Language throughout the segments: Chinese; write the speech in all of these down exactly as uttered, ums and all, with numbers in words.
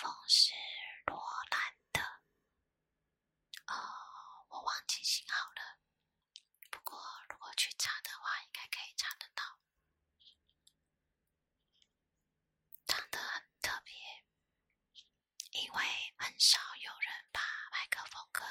风是罗兰的，呃，我忘记型号了，不过如果去查的话，应该可以查得到。长得很特别，因为很少有人把麦克风跟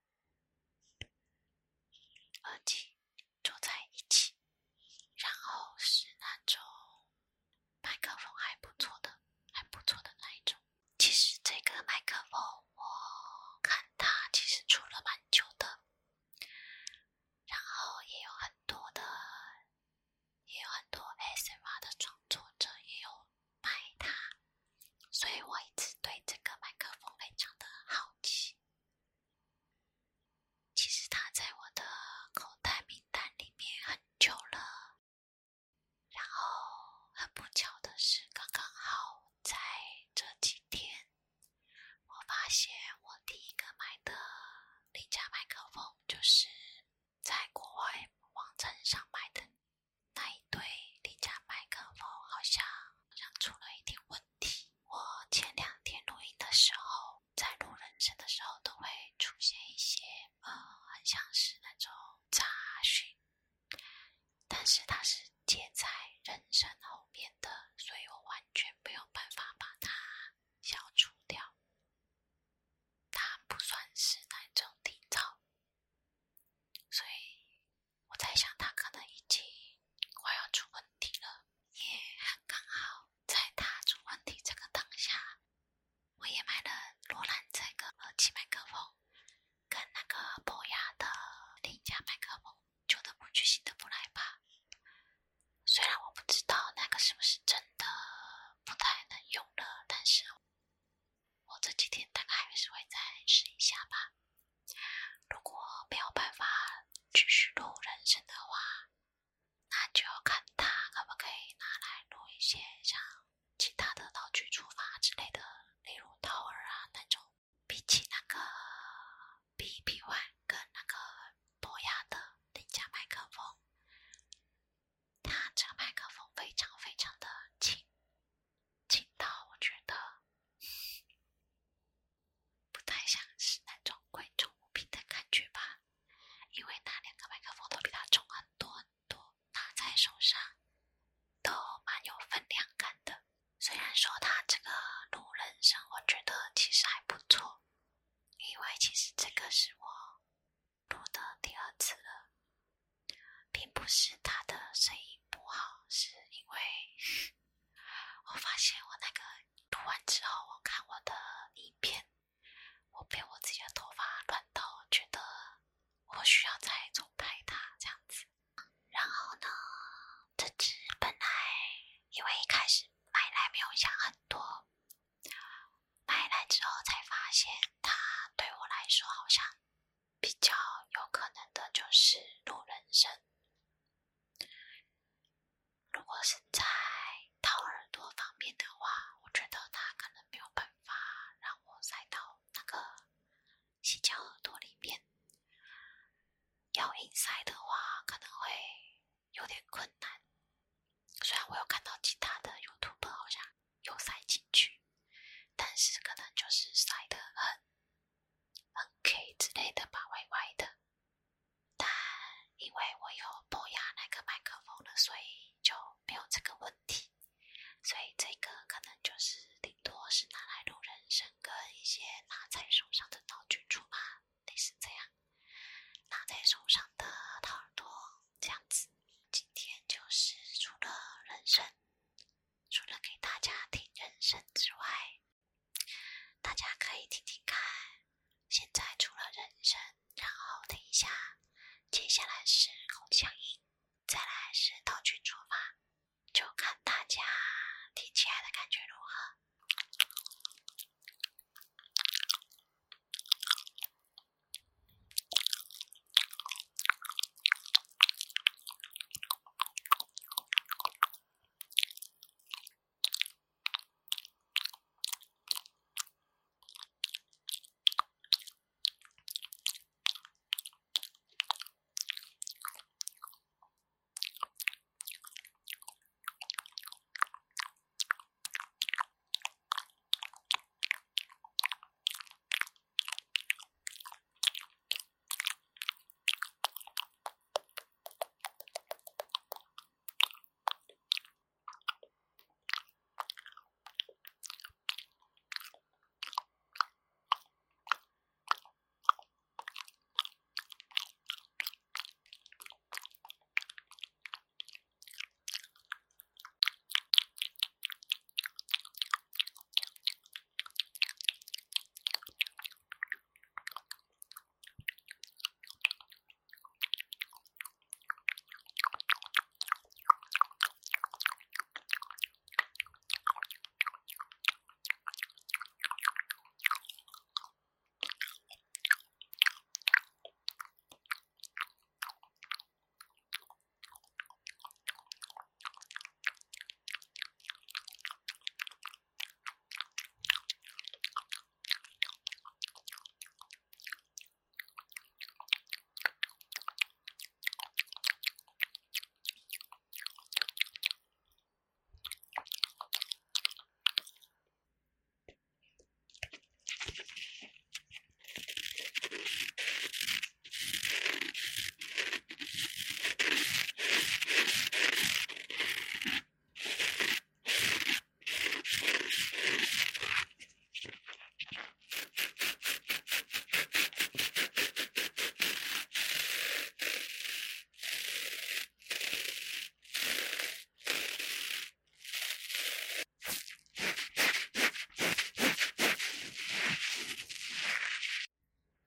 耳机坐在一起，然后是那种麦克风还不错的还不错的那一种。其实这个麦克风我看它其实出了蛮久的，然后也有很多的也有很多 A S M R 的创作者也有买它，所以我一直对这个麦克风非常的好奇。其实它在我的口袋名单里面很久了，然后很不巧的是刚刚好在这几天我发现我第一个买的立架麦克风就是在国外网站上买的那一对立架麦克风好像好像出了一点问题。我前两天录音的时候，在录人声的时候都会出现一些呃很像是那种杂讯，但是它是接在人声后面的，所以我完全没有办法把它消除掉。它不算是那种底噪，所以我在想它可能已经快要出问题了，也很刚好在它出问题这个当下，我也买了罗兰这个耳机麦克风跟那个博雅的立架麦克风，旧的不去，新的不来吧。虽然我不知道那个是不是真的不太能用了，但是我这几天大概还是会再试一下吧。如果没有办法继续录人声的话，那就要看它可不可以拿来录一些像其他的道具触发之类的，例如陶耳啊那种。比起那个 B E P 一跟那个博雅的立架麦克风，它这个麦克风非常非常的轻，轻到我觉得不太像是那种贵重物品的感觉吧，因为那两个麦克风都比它重很多很多，拿在手上都蛮有分量感的。虽然说它这个录人声我觉得其实还不错，因为其实这个是我录的第二次了，并不是它的声音不好，是因为我发现我那个录完之后，我看我的影片，我被我自己的头发乱到，觉得我需要再重拍它这样子。然后呢，这支本来因为一开始买来没有想很多，买来之后才发现它对我来说好像比较有可能的就是录人声。如果是在掏耳朵方面的话，我觉得它可能没有办法让我塞到那个犄角耳朵里面，要硬塞的话可能会有点困难。虽然我有看到其他的 YouTuber 好像有塞进去，但是可能就是塞得很很 K 之类的吧，歪歪的。但因为我有博雅那个麦克风了，所以就没有这个问题。所以这个可能就是顶多是拿来录人声跟一些拿在手上的道具触发，类似这样。拿在手上的掏耳朵这样子。今天就是除了人声，除了给大家听人声之外，大家可以听听看。现在除了人声，然后等一下，接下来是口腔音，再来是道具触发，就看大家听起来的感觉如何。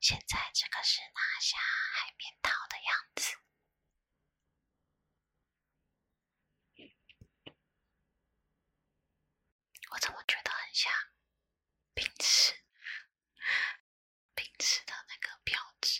现在这个是拿下海绵桃的样子。我怎么觉得很像冰室冰室的那个标志。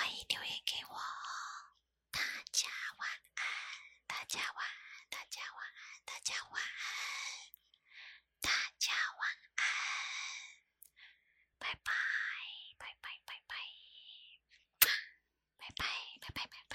欢迎留言给我哦。大家晚安，大家晚安，大家晚安，大家晚安，大家晚安，拜拜，拜拜，拜拜，拜拜，拜拜，拜拜。